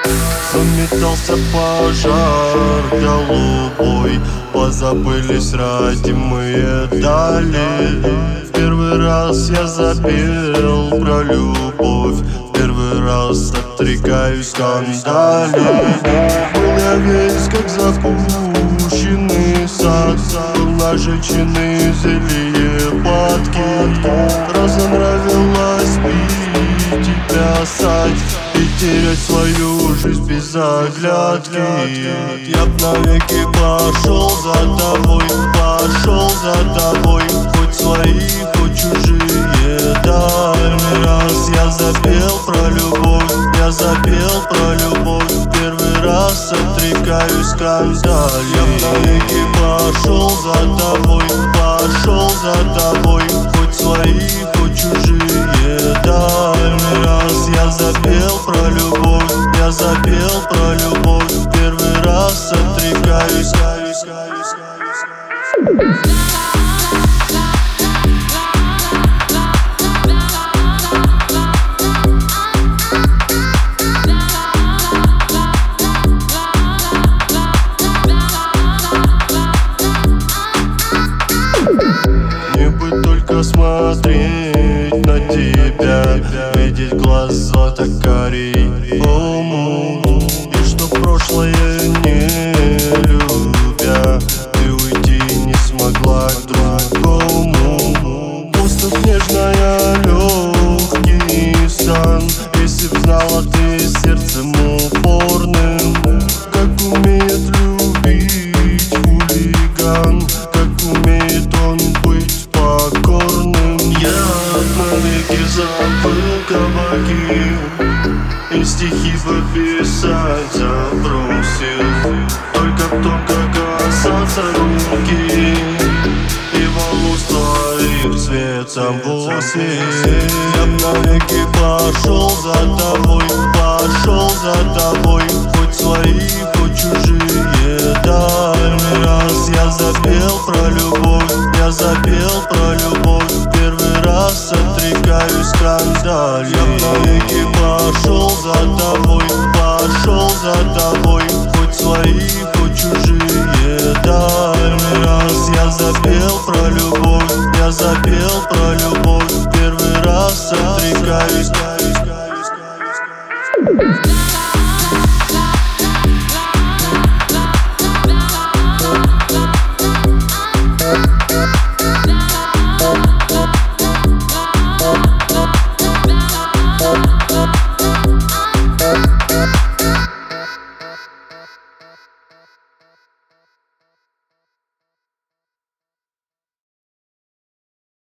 Заметался пожар голубой, позабылись родимые дали. В первый раз я запел про любовь, в первый раз отрекаюсь скандали. Был я весь как запущенный сад, был на женщины зелье платки. Разонравилось пить и плясать, и терять свою жизнь без оглядки. Я б навеки пошел за тобой, пошел за тобой, хоть свои, хоть чужие. Да, первый раз я запел про любовь, я запел про любовь, первый раз отрекаюсь скандаль. Я б навеки пошел за тобой, пошел за тобой, хоть свои, хоть чужие. Да, первый раз я запел про любовь, я запел про любовь, первый раз отрекаюсь. Мне бы только смотреть на тебя, видеть глаза так карие, и что прошлое не любя, ты уйти не смогла к другому. Воздух нежная, легкий сан, если б знала ты сердцем упорным, как умеет любить хулиган, как умеет он быть покорным. Я навеки забыл кабаки и стихи пописать забросил, только касаться руки и волос твоих цветом восемь. Я б навеки пошел за тобой, пошел за тобой, хоть свои, хоть чужие. Да, первый раз я запел про любовь, я запел про любовь, первый раз отрекаюсь скандаль. Я б навеки пошел за тобой, пошел за тобой, хоть свои, хоть чужие. Да, первый раз я запел про любовь, я запел про любовь, первый раз отрекаюсь.